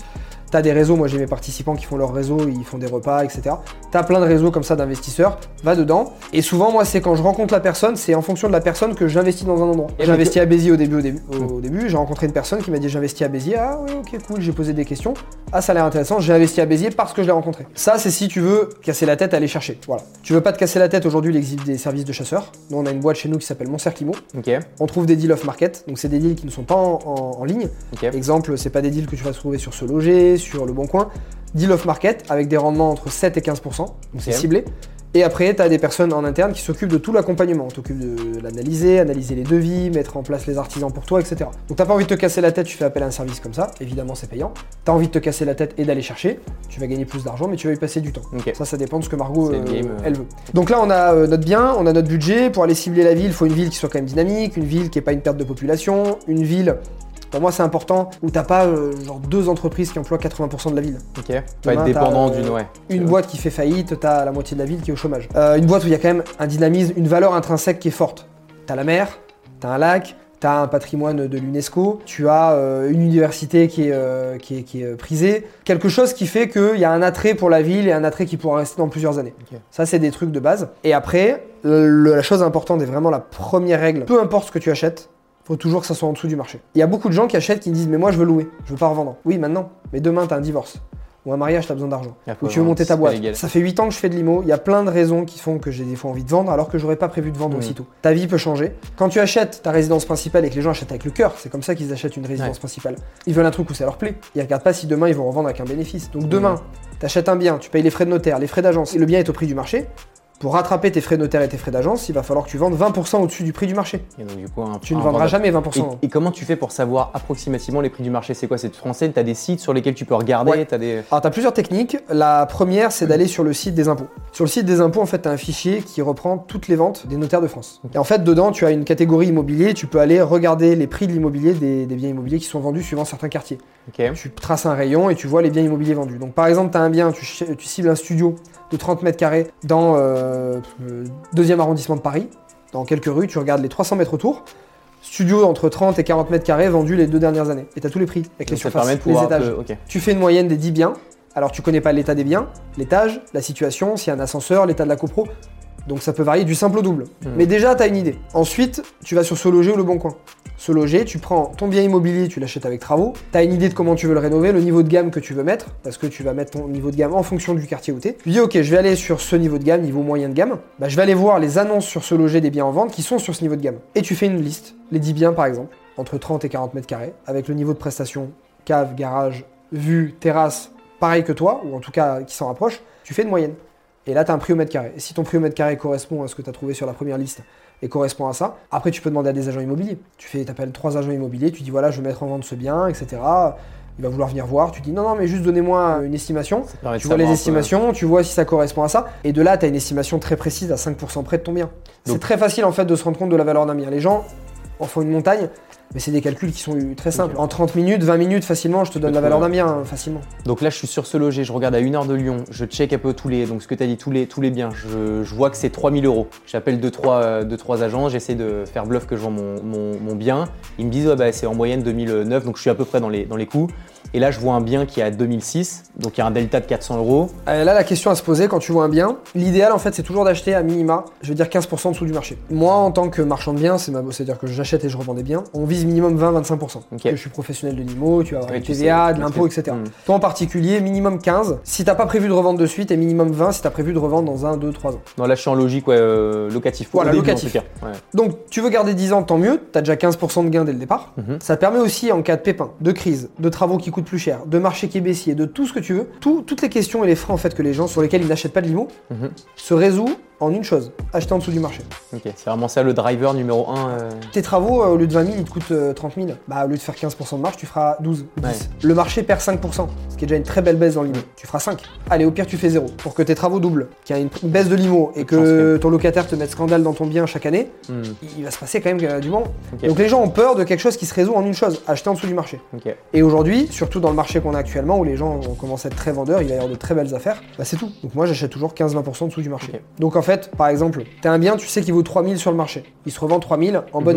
T'as des réseaux, moi j'ai mes participants qui font leur réseau, ils font des repas, et cetera. T'as plein de réseaux comme ça d'investisseurs, va dedans. Et souvent, moi, c'est quand je rencontre la personne, c'est en fonction de la personne que j'investis dans un endroit. J'ai investi à Béziers au début, au début, au début j'ai rencontré une personne qui m'a dit j'investis à Béziers, ah oui, ok, cool, j'ai posé des questions, ah ça a l'air intéressant, j'ai investi à Béziers parce que je l'ai rencontré. Ça, c'est si tu veux casser la tête à aller chercher. Voilà. Tu veux pas te casser la tête, aujourd'hui, il existe des services de chasseurs. Nous, on a une boîte chez nous qui s'appelle Mon Cercle Immo. Okay. On trouve des deals off market, donc c'est des deals qui ne sont pas en, en, en ligne. Okay. Exemple, c'est pas des deals que tu vas trouver sur Se Loger, sur Le Bon Coin. Deal off market avec des rendements entre sept et quinze pour cent, donc okay. C'est ciblé. Et après, tu as des personnes en interne qui s'occupent de tout l'accompagnement. On t'occupe de l'analyser, analyser les devis, mettre en place les artisans pour toi, et cetera. Donc t'as pas envie de te casser la tête, tu fais appel à un service comme ça, évidemment c'est payant. T'as envie de te casser la tête et d'aller chercher, tu vas gagner plus d'argent, mais tu vas y passer du temps. Okay. Ça, ça dépend de ce que Margot, euh, game, euh... elle veut. Donc là, on a euh, notre bien, on a notre budget. Pour aller cibler la ville, il faut une ville qui soit quand même dynamique, une ville qui n'ait pas une perte de population, une ville... Pour moi, c'est important où t'as pas euh, genre deux entreprises qui emploient quatre-vingts pour cent de la ville. Ok. Pas être dépendant euh, d'une, ouais. Une boîte qui fait faillite, t'as la moitié de la ville qui est au chômage. Euh, une boîte où il y a quand même un dynamisme, une valeur intrinsèque qui est forte. T'as la mer, t'as un lac, t'as un patrimoine de l'UNESCO, tu as euh, une université qui est, euh, qui est, qui est prisée. Quelque chose qui fait qu'il y a un attrait pour la ville et un attrait qui pourra rester dans plusieurs années. Okay. Ça, c'est des trucs de base. Et après, le, la chose importante est vraiment la première règle. Peu importe ce que tu achètes, faut toujours que ça soit en dessous du marché. Il y a beaucoup de gens qui achètent qui disent mais moi je veux louer, je veux pas revendre. Oui maintenant, mais demain t'as un divorce ou un mariage, t'as besoin d'argent. Ou tu veux monter ta boîte. Ça fait huit ans que je fais de l'I M O, il y a plein de raisons qui font que j'ai des fois envie de vendre alors que j'aurais pas prévu de vendre mmh. aussitôt. Ta vie peut changer. Quand tu achètes ta résidence principale et que les gens achètent avec le cœur, c'est comme ça qu'ils achètent une résidence ouais. principale. Ils veulent un truc où ça leur plaît. Ils regardent pas si demain ils vont revendre avec un bénéfice. Donc demain, mmh. t'achètes un bien, tu payes les frais de notaire, les frais d'agence et le bien est au prix du marché. Pour rattraper tes frais de notaire et tes frais d'agence, il va falloir que tu vendes vingt pour cent au-dessus du prix du marché. Et donc, du coup, un, tu ne vendras jamais vingt pour cent. Et, et comment tu fais pour savoir approximativement les prix du marché? C'est quoi? C'est français? Tu as des sites sur lesquels tu peux regarder ouais. t'as des... Alors, tu as plusieurs techniques. La première, c'est d'aller sur le site des impôts. Sur le site des impôts, en fait, tu as un fichier qui reprend toutes les ventes des notaires de France. Et en fait, dedans, tu as une catégorie immobilier. Tu peux aller regarder les prix de l'immobilier des, des biens immobiliers qui sont vendus suivant certains quartiers. Okay. Tu traces un rayon et tu vois les biens immobiliers vendus. Donc, par exemple, tu as un bien, tu, tu cibles un studio de trente mètres carrés dans euh, le deuxième arrondissement de Paris, dans quelques rues, tu regardes les trois cents mètres autour, studio entre trente et quarante mètres carrés vendus les deux dernières années. Et tu as tous les prix, avec les surfaces, les étages. Peu, okay. Tu fais une moyenne des dix biens, alors tu connais pas l'état des biens, l'étage, la situation, s'il y a un ascenseur, l'état de la copro, donc ça peut varier du simple au double. Mmh. Mais déjà, tu as une idée. Ensuite, tu vas sur Se Loger ou Le Bon Coin. Se Loger, tu prends ton bien immobilier, tu l'achètes avec travaux, tu as une idée de comment tu veux le rénover, le niveau de gamme que tu veux mettre, parce que tu vas mettre ton niveau de gamme en fonction du quartier où tu es. Tu dis ok, je vais aller sur ce niveau de gamme, niveau moyen de gamme, bah, je vais aller voir les annonces sur Se Loger des biens en vente qui sont sur ce niveau de gamme. Et tu fais une liste, les dix biens par exemple, entre trente et quarante mètres carrés, avec le niveau de prestation, cave, garage, vue, terrasse, pareil que toi, ou en tout cas qui s'en rapproche, tu fais une moyenne. Et là, tu as un prix au mètre carré. Et si ton prix au mètre carré correspond à ce que tu as trouvé sur la première liste et correspond à ça, après, tu peux demander à des agents immobiliers. Tu fais, t'appelles trois agents immobiliers, tu dis voilà, je vais mettre en vente ce bien, et cetera. Il va vouloir venir voir. Tu dis non, non, mais juste donnez-moi une estimation. Tu vois les estimations, tu vois si ça correspond à ça. Et de là, tu as une estimation très précise à cinq pour cent près de ton bien. C'est très facile en fait de se rendre compte de la valeur d'un bien. Les gens en font une montagne. Mais c'est des calculs qui sont très simples. Okay. En trente minutes, vingt minutes, facilement, je te donne la valeur d'un bien, facilement. Donc là, je suis sur Se Loger, je regarde à une heure de Lyon, je check un peu tous les, donc ce que tu as dit, tous les, tous les biens. Je, je vois que c'est trois mille euros. J'appelle deux trois, deux, trois agents, j'essaie de faire bluff que je vends mon, mon, mon bien. Ils me disent, ouais, bah, c'est en moyenne deux mille neuf, donc je suis à peu près dans les, dans les coûts. Et là, je vois un bien qui est à deux mille six, donc il y a un delta de quatre cents euros. Euh, là, la question à se poser quand tu vois un bien, l'idéal, en fait, c'est toujours d'acheter à minima, je veux dire quinze pour cent en dessous du marché. Moi, en tant que marchand de biens, c'est ma... c'est-à-dire que j'achète et je revends des biens, on vise minimum vingt à vingt-cinq pour cent. Okay. Parce que je suis professionnel de l'I M O, tu vas avoir oui, du T V A, sais, de l'impôt, et cetera. Mmh. Toi, en particulier, minimum quinze. Si t'as pas prévu de revendre de suite, et minimum vingt si t'as prévu de revendre dans un, deux, trois ans. Non, là, je suis en logique, ouais, euh, locatif. Voilà, début, locatif. Ouais. Donc, tu veux garder dix ans, tant mieux, t'as déjà quinze pour cent de gain dès le départ. Mmh. Ça te permet aussi, en cas de pépin, de crise, de travaux qui coûtent plus cher, de marché qui est baissier, de tout ce que tu veux, tout, toutes les questions et les freins en fait que les gens sur lesquels ils n'achètent pas de l'I M O mmh. se résout en une chose, acheter en dessous du marché. Ok, c'est vraiment ça le driver numéro un. Euh... Tes travaux, euh, au lieu de vingt mille, ils te coûtent euh, trente mille. Bah, au lieu de faire quinze pour cent de marge, tu feras douze ou dix. Ouais. Le marché perd cinq pour cent, ce qui est déjà une très belle baisse dans l'I M O. Tu feras cinq. Allez, au pire, tu fais zéro. Pour que tes travaux doublent, qu'il y ait une, une baisse de l'I M O et que ton locataire te mette scandale dans ton bien chaque année, mm. il va se passer quand même euh, du bon. Okay. Donc les gens ont peur de quelque chose qui se résout en une chose, acheter en dessous du marché. Okay. Et aujourd'hui, surtout dans le marché qu'on a actuellement, où les gens ont commencé à être très vendeurs, il va y avoir de très belles affaires, bah c'est tout. Donc moi, j'achète toujours quinze à vingt pour cent en dessous du marché. Okay. Donc en fait, par exemple, t'as un bien, tu sais qu'il vaut trois mille sur le marché. Il se revend trois mille en bon mmh. état.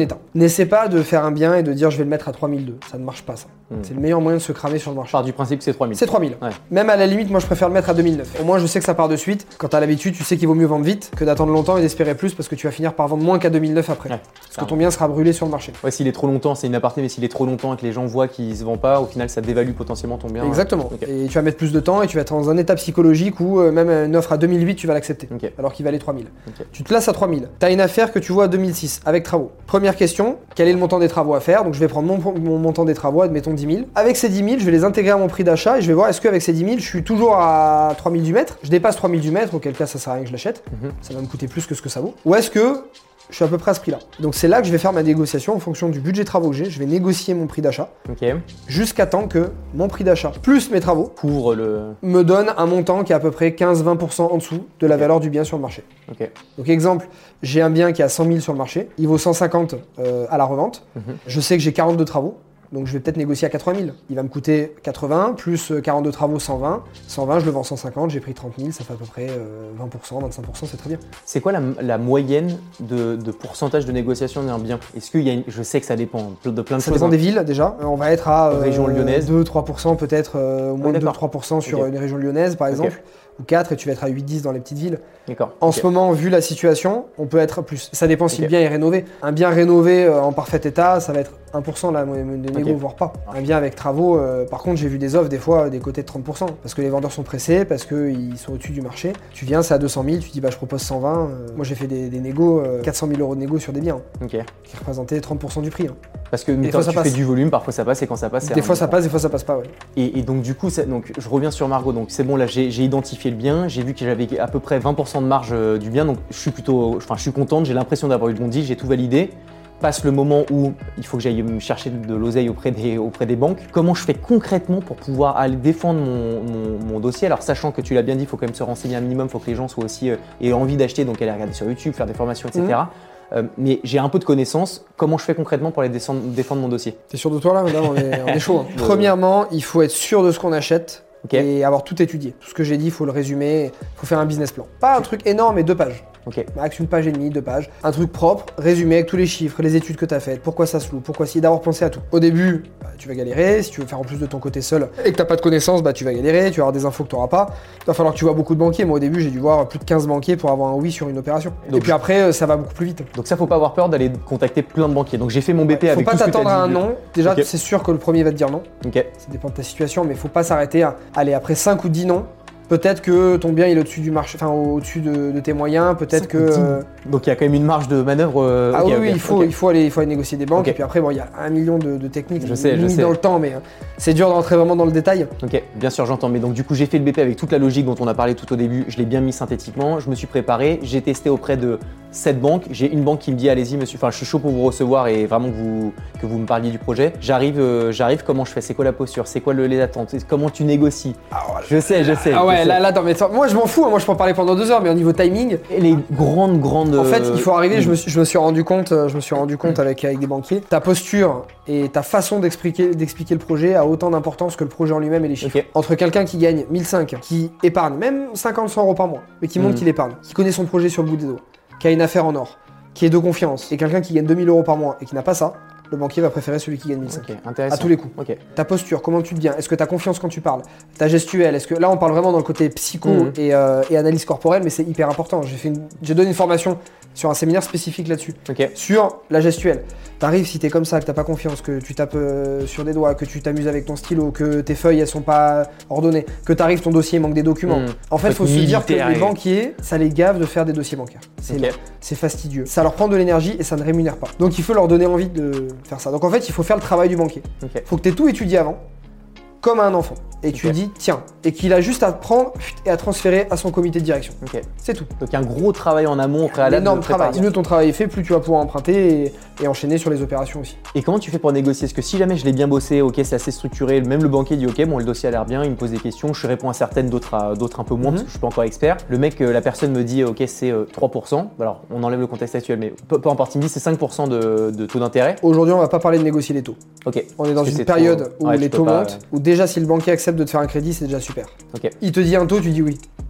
état. N'essaie pas de faire un bien et de dire je vais le mettre à trois mille deux. Ça ne marche pas ça. Mmh. C'est le meilleur moyen de se cramer sur le marché. Je pars du principe que c'est trois mille. C'est trois mille. Ouais. Même à la limite, moi je préfère le mettre à deux mille neuf. Au moins je sais que ça part de suite. Quand t'as l'habitude, tu sais qu'il vaut mieux vendre vite que d'attendre longtemps et d'espérer plus parce que tu vas finir par vendre moins qu'à deux mille neuf après. Ouais, parce que ton bien sera brûlé sur le marché. Ouais, s'il est trop longtemps, c'est une aparté, mais s'il est trop longtemps et que les gens voient qu'il se vend pas, au final ça dévalue potentiellement ton bien. Exactement. Ouais. Okay. Et tu vas mettre plus de temps et tu vas être dans un état psychologique où euh, même une offre à deux mille huit, tu vas l'accepter. Okay. Alors qu'il valait trois mille. Okay. Tu te places à trois mille. T'as une affaire que tu vois à deux mille six avec travaux. Première question, quel est le montant des travaux à faire? Donc je vais prendre mon, mon montant des travaux, admettons dix mille. Avec ces dix mille, je vais les intégrer à mon prix d'achat et je vais voir est-ce qu'avec ces dix mille, je suis toujours à trois mille du mètre. Je dépasse trois mille du mètre, auquel cas ça sert à rien que je l'achète. Mm-hmm. Ça va me coûter plus que ce que ça vaut. Ou est-ce que je suis à peu près à ce prix-là. Donc c'est là que je vais faire ma négociation en fonction du budget travaux que j'ai. Je vais négocier mon prix d'achat okay. jusqu'à temps que mon prix d'achat plus mes travaux couvre le... me donne un montant qui est à peu près quinze à vingt pour cent en dessous de la okay. valeur du bien sur le marché. Okay. Donc exemple, j'ai un bien qui est à cent mille sur le marché, il vaut cent cinquante euh, à la revente. Mm-hmm. Je sais que j'ai quarante-deux travaux. Donc je vais peut-être négocier à quatre-vingt mille. Il va me coûter quatre-vingts, plus quarante-deux travaux, cent vingt. cent vingt, je le vends cent cinquante, j'ai pris trente mille, ça fait à peu près euh, vingt pour cent, vingt-cinq pour cent, c'est très bien. C'est quoi la, la moyenne de, de pourcentage de négociation d'un bien? Est-ce qu'il y a une... Je sais que ça dépend de plein de ça choses. Ça dépend hein. des villes déjà. On va être à euh, région lyonnaise. deux à trois pour cent peut-être, euh, au moins ah, deux à trois pour cent sur okay. une région lyonnaise par exemple. Okay. Ou quatre et tu vas être à huit à dix dans les petites villes. D'accord. En okay. ce moment, vu la situation, on peut être plus. Ça dépend si okay. le bien est rénové. Un bien rénové euh, en parfait état, ça va être un pour cent là, des négo, okay. voire pas. Un bien avec travaux, euh, par contre, j'ai vu des offres des fois des côtés de trente pour cent parce que les vendeurs sont pressés, parce qu'ils sont au-dessus du marché. Tu viens, c'est à deux cent mille, tu dis bah je propose cent vingt. Euh, moi j'ai fait des, des négos, euh, quatre cent mille euros de négo sur des biens okay. qui représentaient trente pour cent du prix. Hein. Parce que des fois, tu fais du volume, parfois ça passe et quand ça passe, c'est Des fois ça passe, des fois ça passe pas. Ouais. Et, et donc du coup, ça, donc, je reviens sur Margot. Donc c'est bon, là j'ai identifié le bien, j'ai vu que j'avais à peu près vingt pour cent de marge euh, du bien, donc je suis plutôt, enfin je suis contente, j'ai l'impression d'avoir eu le bon deal, j'ai tout validé. Passe le moment où il faut que j'aille me chercher de l'oseille auprès des, auprès des banques. Comment je fais concrètement pour pouvoir aller défendre mon, mon, mon dossier? Alors sachant que tu l'as bien dit, il faut quand même se renseigner un minimum, il faut que les gens soient aussi euh, aient envie d'acheter, donc aller regarder sur YouTube, faire des formations, et cetera. Mmh. Euh, mais j'ai un peu de connaissances. Comment je fais concrètement pour aller descendre, défendre mon dossier? T'es sûr de toi là? Là on est, on est chaud. Hein. Premièrement, il faut être sûr de ce qu'on achète. Okay. Et avoir tout étudié. Tout ce que j'ai dit, il faut le résumer, il faut faire un business plan. Pas un truc énorme, mais deux pages. Okay. Max, une page et demie, deux pages. Un truc propre, résumé avec tous les chiffres, les études que tu as faites, pourquoi ça se loue, pourquoi si, d'avoir pensé à tout. Au début, bah, tu vas galérer. Si tu veux faire en plus de ton côté seul et que tu n'as pas de connaissances, bah, tu vas galérer, tu vas avoir des infos que tu n'auras pas. Il va falloir que tu vois beaucoup de banquiers. Moi, au début, j'ai dû voir plus de quinze banquiers pour avoir un oui sur une opération. Donc, et puis après, ça va beaucoup plus vite. Donc ça, faut pas avoir peur d'aller contacter plein de banquiers. Donc j'ai fait mon B P ouais, avec tout ce que tu as dit. Faut pas t'attendre à un non. Déjà, okay. c'est sûr que le premier va te dire non. Okay. Ça dépend de ta situation, mais il faut pas s'arrêter à aller après cinq ou dix non. Peut-être que ton bien il est au-dessus du marché, enfin au-dessus de, de tes moyens, peut-être que. Euh... Donc il y a quand même une marge de manœuvre. Euh... Ah okay, oui, okay, oui, il faut, okay. il faut aller, il faut aller négocier des banques. Okay. Et puis après, bon, il y a un million de, de techniques. Je sais, je sais. dans le temps, mais c'est dur de rentrer vraiment dans le détail. Ok, bien sûr, j'entends. Mais donc du coup, j'ai fait le B P avec toute la logique dont on a parlé tout au début. Je l'ai bien mis synthétiquement. Je me suis préparé. J'ai testé auprès de sept banques. J'ai une banque qui me dit allez-y, monsieur. Enfin, je suis chaud pour vous recevoir et vraiment que vous que vous me parliez du projet. J'arrive, euh, j'arrive. Comment je fais? C'est quoi la posture? C'est quoi le, les attentes? Comment tu négocies? Ah, voilà. Je sais, je sais. Ah ouais, je là, sais. là, non, mais moi je m'en fous. Moi, je peux en parler pendant deux heures, mais au niveau timing. Et les grandes, grandes. En fait, il faut arriver. Je me suis, je me suis rendu compte. Je me suis rendu compte avec avec des banquiers. Ta posture et ta façon d'expliquer d'expliquer le projet a autant d'importance que le projet en lui-même et les chiffres. Okay. Entre quelqu'un qui gagne mille cinq, qui épargne même cinquante cent euros par mois, mais qui montre mmh. qu'il épargne, qui connaît son projet sur le bout des doigts, qui a une affaire en or, qui est de confiance, et quelqu'un qui gagne deux mille euros par mois et qui n'a pas ça, le banquier va préférer celui qui gagne mille cinq. Okay, à tous les coups. Okay. Ta posture, comment tu deviens, est-ce que tu as confiance quand tu parles, ta gestuelle, est-ce que là on parle vraiment dans le côté psycho mmh. et, euh, et analyse corporelle, mais c'est hyper important. J'ai fait une... j'ai donné une formation sur un séminaire spécifique là-dessus, okay. sur la gestuelle. T'arrives si t'es comme ça, que t'as pas confiance, que tu tapes euh, sur des doigts, que tu t'amuses avec ton stylo, que tes feuilles elles sont pas ordonnées, que t'arrives ton dossier manque des documents. Mmh. En fait, il faut se dire que les banquiers, ça les gave de faire des dossiers bancaires. C'est okay. c'est fastidieux. Ça leur prend de l'énergie et ça ne rémunère pas. Donc il faut leur donner envie de faire ça. Donc en fait, il faut faire le travail du banquier. Il okay. faut que t'aies tout étudié avant, comme un enfant. Et tu okay. dis tiens, et qu'il a juste à prendre et à transférer à son comité de direction. Okay. C'est tout. Donc un gros travail en amont au préalable. Énorme travail. Mieux ton travail est fait, plus tu vas pouvoir emprunter et, et enchaîner sur les opérations aussi. Et comment tu fais pour négocier? Est-ce que si jamais je l'ai bien bossé, ok, c'est assez structuré, même le banquier dit ok, bon le dossier a l'air bien, il me pose des questions, je réponds à certaines, d'autres à, d'autres un peu moins mm-hmm. parce que je suis pas encore expert. Le mec, la personne me dit ok c'est euh, trois pour cent, alors on enlève le contexte actuel, mais peu, peu importe, il me dit c'est cinq pour cent de, de taux d'intérêt. Aujourd'hui on va pas parler de négocier les taux. Ok. On est dans une période trop... où ouais, les taux pas... montent, où déjà si le banquier accepte de te faire un crédit, c'est déjà super. Okay. Il te dit un taux, tu dis oui.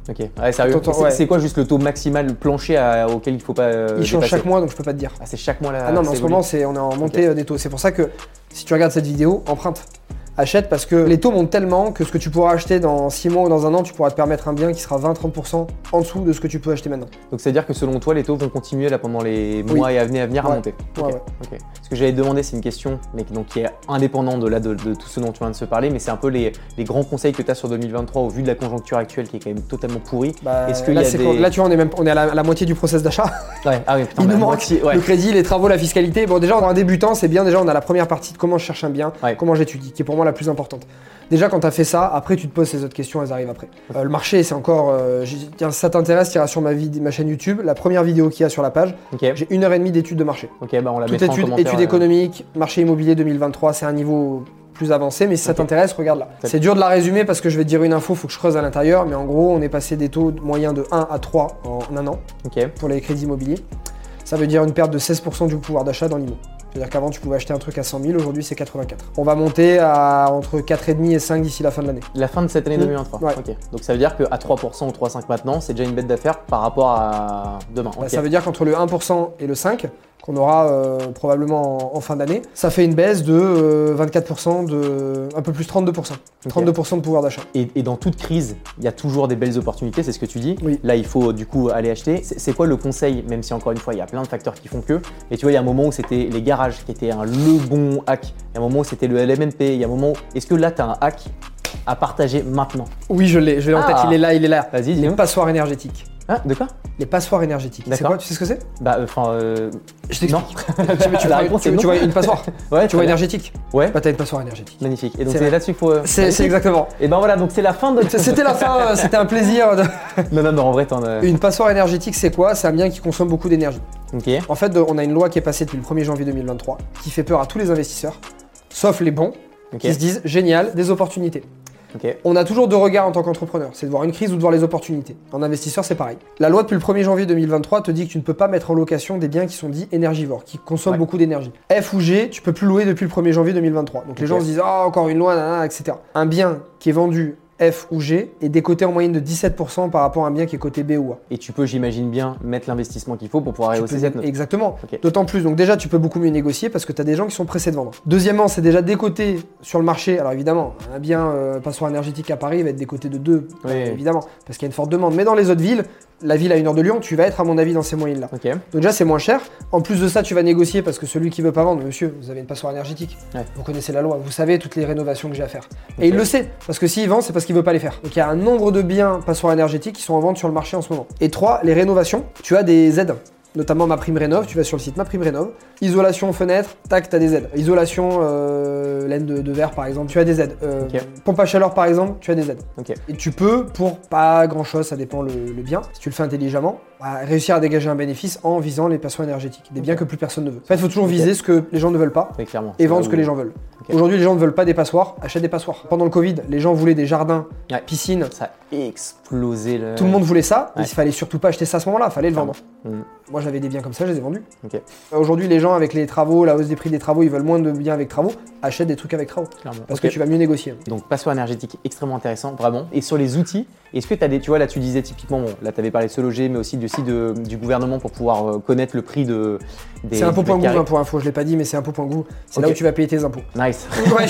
Ok, ouais, sérieux. Ton temps, C'est ouais. c'est quoi juste le taux maximal, le plancher à- auquel il faut pas euh, Il change dépasser chaque mois, donc je peux pas te dire. Ah, c'est chaque mois là. Ah non, mais en ça ce évolue. moment, c'est, on est en montée Ok. euh, des taux. C'est pour ça que si tu regardes cette vidéo, emprunte. Achète parce que les taux montent tellement que ce que tu pourras acheter dans six mois ou dans un an, tu pourras te permettre un bien qui sera vingt à trente pour cent en dessous de ce que tu peux acheter maintenant. Donc c'est à dire que selon toi, les taux vont continuer là pendant les mois Oui. et à venir, à venir à Ouais. monter. Ouais, Ok, ouais. ok. Ce que j'avais demandé, c'est une question mais qui, donc, qui est indépendante de, là, de, de tout ce dont tu viens de se parler, mais c'est un peu les, les grands conseils que tu as sur deux mille vingt-trois au vu de la conjoncture actuelle qui est quand même totalement pourrie. Bah, Est-ce qu'il là, y a c'est des... quand- là, tu vois, on est, même, on est à la, à la moitié du process d'achat. Ouais. Ah oui, putain, Il bah, nous manque moitié, ouais. le crédit, les travaux, la fiscalité. Bon, déjà, pour un débutant, c'est bien. Déjà, on a la première partie de comment je cherche un bien, Ouais. comment j'étudie, qui est pour moi la plus importante. Déjà, quand tu as fait ça, après, tu te poses ces autres questions, elles arrivent après. Euh, le marché, c'est encore. Euh, j'ai- tiens, si ça t'intéresse, tu iras sur ma, vid- ma chaîne YouTube. La première vidéo qu'il y a sur la page, Ok, j'ai une heure et demie d'études de marché. ok, bah on la Toute mettra en étude, commentaire. études euh, économiques, marché immobilier deux mille vingt-trois, c'est un niveau plus avancé, mais si ça Ok. t'intéresse, regarde là. Très C'est dur de la résumer parce que je vais te dire une info, faut que je creuse à l'intérieur, mais en gros, on est passé des taux moyens de un à trois en un an Ok, pour les crédits immobiliers. Ça veut dire une perte de seize pour cent du pouvoir d'achat dans l'immo. C'est-à-dire qu'avant, tu pouvais acheter un truc à cent mille, aujourd'hui, c'est quatre-vingt-quatre. On va monter à entre quatre virgule cinq et cinq d'ici la fin de l'année. la fin de cette année Mmh. deux mille vingt-trois. Ouais. Ok, donc ça veut dire qu'à trois pour cent ou trois virgule cinq maintenant, c'est déjà une bête d'affaires par rapport à demain. Bah, Ok. ça veut dire qu'entre le un pour cent et le cinq pour cent, qu'on aura euh, probablement en, en fin d'année, ça fait une baisse de euh, vingt-quatre pour cent, de un peu plus trente-deux pour cent. Ok. trente-deux pour cent de pouvoir d'achat. Et, et dans toute crise, il y a toujours des belles opportunités, c'est ce que tu dis. Oui. Là, il faut du coup aller acheter. C'est c'est quoi le conseil, même si encore une fois, il y a plein de facteurs qui font que. Mais tu vois, il y a un moment où c'était les garages qui étaient un, le bon hack. Il y a un moment où c'était le L M N P. Il y a un moment où... Est-ce que là, tu as un hack à partager maintenant? Oui, je l'ai, je l'ai en Ah. tête, il est là, il est là. Vas-y, Les dis-nous. passoires énergétiques. Ah, de quoi? Les passoires énergétiques. C'est D'accord. quoi? Tu sais ce que c'est? Bah, enfin. Euh... Je t'explique. non. tu, tu La vois, réponse tu- est non. tu vois une passoire, Ouais, tu très vois bien. énergétique. Ouais, Bah t'as une passoire énergétique. magnifique. Et donc, C'est c'est vrai. là-dessus qu'il faut. euh, C'est c'est magnifique. exactement. Et ben voilà, donc c'est la fin de. C'était la fin, euh, c'était un plaisir. de- Non, non, non, en vrai, t'en as. Une passoire énergétique, c'est quoi? C'est un bien qui consomme beaucoup d'énergie. Ok. En fait, de- on a une loi qui est passée depuis le premier janvier deux mille vingt-trois qui fait peur à tous les investisseurs, sauf les bons, Ok. qui se disent génial, des opportunités. Ok. On a toujours deux regards en tant qu'entrepreneur, c'est de voir une crise ou de voir les opportunités. En investisseur, c'est pareil. La loi depuis le premier janvier deux mille vingt-trois te dit que tu ne peux pas mettre en location des biens qui sont dits énergivores, qui consomment Ouais. beaucoup d'énergie. F ou G, tu peux plus louer depuis le premier janvier deux mille vingt-trois. Donc les Ok. gens se disent ah encore une loi, nanana, et cetera. Un bien qui est vendu F ou G est décoté en moyenne de dix-sept pour cent par rapport à un bien qui est coté B ou A. Et tu peux, j'imagine bien, mettre l'investissement qu'il faut pour pouvoir Tu rehausser peux- cette note. Exactement. Ok. D'autant plus. Donc déjà, tu peux beaucoup mieux négocier parce que tu as des gens qui sont pressés de vendre. Deuxièmement, c'est déjà décoté sur le marché. Alors évidemment, un bien euh, passoire énergétique à Paris va être décoté de deux, Oui. évidemment, parce qu'il y a une forte demande. Mais dans les autres villes, la ville à une heure de Lyon, tu vas être à mon avis dans ces moyennes-là. Ok. Donc déjà, c'est moins cher. En plus de ça, tu vas négocier parce que celui qui veut pas vendre, monsieur, vous avez une passoire énergétique. Ouais. Vous connaissez la loi, vous savez toutes les rénovations que j'ai à faire. Ok. Et il le sait, parce que s'il vend, c'est parce qu'il veut pas les faire. Donc il y a un nombre de biens passoires énergétiques qui sont en vente sur le marché en ce moment. Et trois, les rénovations, tu as des aides. Notamment ma prime rénov, tu vas sur le site ma prime rénov, isolation fenêtre, tac, t'as des aides. Isolation euh, laine de, de verre par exemple, tu as des aides. Euh, Ok. Pompe à chaleur par exemple, tu as des aides. Ok. Et tu peux, pour pas grand chose, ça dépend le, le bien, si tu le fais intelligemment, bah, réussir à dégager un bénéfice en visant les passoires énergétiques, des biens que plus personne ne veut. En fait, il faut toujours Ok. viser ce que les gens ne veulent pas Oui, clairement. et C'est vendre là ce que où- les gens veulent. Ok. Aujourd'hui, les gens ne veulent pas des passoires, achètent des passoires. Pendant le Covid, les gens voulaient des jardins, Ouais. piscines, Ça a explosé le. tout le monde voulait ça, Ouais. il fallait surtout pas acheter ça à ce moment-là, fallait le vendre. Mhm. Moi j'avais des biens comme ça, je les ai vendus. Ok. Aujourd'hui, les gens avec les travaux, la hausse des prix des travaux, ils veulent moins de biens avec travaux, achètent des trucs avec travaux. Clairement. Parce Ok. que tu vas mieux négocier. Donc, passoire énergétique extrêmement intéressant, vraiment. Et sur les outils, est-ce que tu as des. Tu vois, là, tu disais typiquement, bon, là, tu avais parlé de Se Loger, mais aussi du site de- du gouvernement pour pouvoir euh, connaître le prix de. des- C'est du impôt.gouv mètre hein, pour info, je l'ai pas dit, mais c'est impôt.gouv. C'est là Ok. où tu vas payer tes impôts. carré. Nice. Ouais,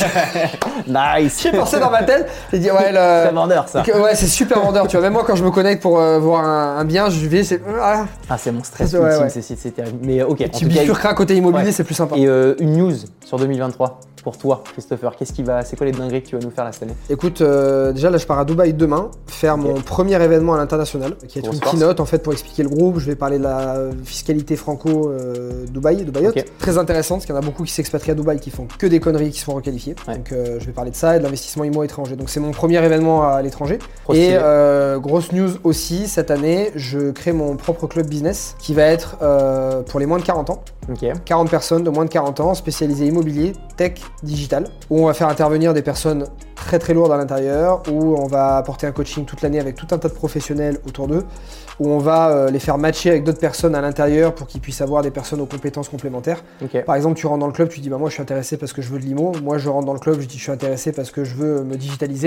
Nice. j'ai pensé dans ma tête, j'ai dit ouais, le- Très vendeur, ça. que- ouais, c'est super vendeur, tu vois. Même moi, quand je me connecte pour euh, voir un, un bien, je vais, c'est. Ah, Ah, c'est mon stress Ouais, ultime, ouais. ces sites, c'est terrible. Mais euh, ok. en tu tout cas, bifurqueras côté immobilier, Ouais. c'est plus sympa. Et euh, une news sur deux mille vingt-trois pour toi, Christopher. Qu'est-ce qui va, c'est quoi les dingueries que tu vas nous faire là cette année? Écoute, euh, déjà là je pars à Dubaï demain, faire Ok. mon premier événement à l'international, qui est Grosse une force. keynote en fait pour expliquer le groupe. Je vais parler de la fiscalité franco euh, Dubaï, Dubaïote. Ok. Très intéressante, parce qu'il y en a beaucoup qui s'expatrient à Dubaï qui font que des conneries, qui se font requalifier. Ouais. Donc euh, je vais parler de ça et de l'investissement immo étranger. Donc c'est mon premier événement à l'étranger. Trop Et stylé. euh, grosse news aussi, cette année, je crée mon propre club business qui va être euh, pour les moins de quarante ans. Ok. quarante personnes de moins de quarante ans, spécialisées immobilier, tech, digital, où on va faire intervenir des personnes très très lourdes à l'intérieur, où on va apporter un coaching toute l'année avec tout un tas de professionnels autour d'eux, où on va euh, les faire matcher avec d'autres personnes à l'intérieur pour qu'ils puissent avoir des personnes aux compétences complémentaires. Ok. Par exemple, tu rentres dans le club, tu dis bah moi je suis intéressé parce que je veux de l'immo, moi je rentre dans le club, je dis je suis intéressé parce que je veux me digitaliser.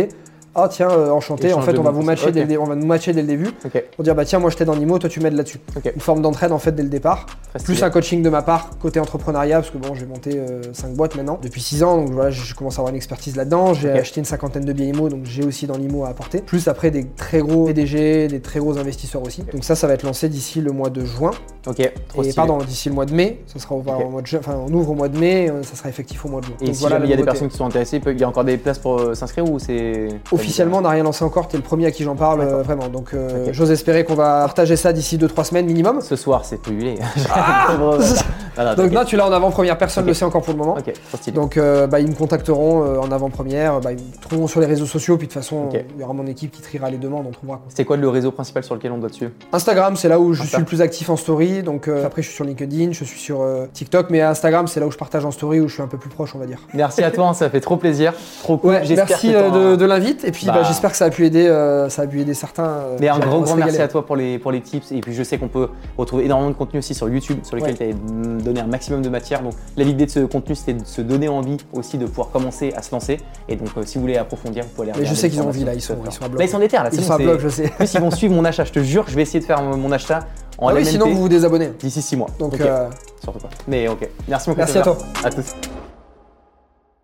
ah tiens, euh, enchanté, Échange en fait de on va bons vous matcher conseils. dès Ok. le dé- on va nous matcher dès le début. Ok, Pour dire bah tiens moi je t'aide en IMO, toi tu m'aides là-dessus. ok. Une forme d'entraide en fait dès le départ. Très Plus stylé. un coaching de ma part côté entrepreneuriat parce que bon j'ai monté cinq boîtes maintenant depuis six ans, donc voilà je commence à avoir une expertise là-dedans. J'ai Ok. acheté une cinquantaine de billets IMO, donc j'ai aussi dans l'IMO à apporter. Plus après des très gros P D G, des très gros investisseurs aussi. Donc ça ça va être lancé d'ici le mois de juin. Ok, trop Et stylé. pardon, d'ici le mois de mai, ça sera ouvert Ok. au mois de juin, enfin on ouvre au mois de mai, euh, ça sera effectif au mois de juin. Et Donc si voilà jamais la il y a des nouveauté. personnes qui sont intéressées, il peut- il y a encore des places pour euh, s'inscrire ou c'est. Officiellement, on n'a rien lancé encore, t'es le premier à qui j'en parle, euh, vraiment. Donc euh, Ok. j'ose espérer qu'on va partager ça d'ici deux trois semaines minimum. Ce soir, c'est pullulé. Ah Non, non, Donc t'inquiète. là, tu l'as en avant-première, personne ne Ok. le sait encore pour le moment. Ok, trop stylé. Donc euh, bah, ils me contacteront euh, en avant-première, bah, ils me trouveront sur les réseaux sociaux, puis de toute façon, Ok. il y aura mon équipe qui triera les demandes, on trouvera. Quoi. C'est quoi le réseau principal sur lequel on doit te suivre? Instagram, c'est là où je Insta. suis le plus actif en story, donc euh, après je suis sur LinkedIn, je suis sur euh, TikTok, mais Instagram, c'est là où je partage en story, où je suis un peu plus proche, on va dire. Merci à toi, hein, ça fait trop plaisir. Trop cool. Ouais, J'espère merci que euh, t'auras- de, de l'invite, et puis Bah. bah, j'espère que ça a pu aider, euh, ça a pu aider certains. euh, Mais un on grand, va se grand merci régaler. à toi pour les, pour les tips. Et puis je sais qu'on peut retrouver énormément de contenu aussi sur YouTube, sur lequel Ouais. tu as donné un maximum de matière. Donc là, l'idée de ce contenu, c'était de se donner envie aussi de pouvoir commencer à se lancer. Et donc, euh, si vous voulez approfondir, vous pouvez aller Mais regarder. je sais les qu'ils ont envie là, formations ils sont, que ils tu sont à peux bloc. faire. Là, ils sont déter. Là, c'est Ils bon, sont à c'est- bloc, je sais. En plus, ils vont suivre mon achat. Je te jure, je vais essayer de faire mon mon achat en Ah oui, L M N T sinon vous vous désabonnez. d'ici six mois. Donc Ok, euh, surtout pas. Mais ok. Merci mon merci à Christopher. toi. À tous.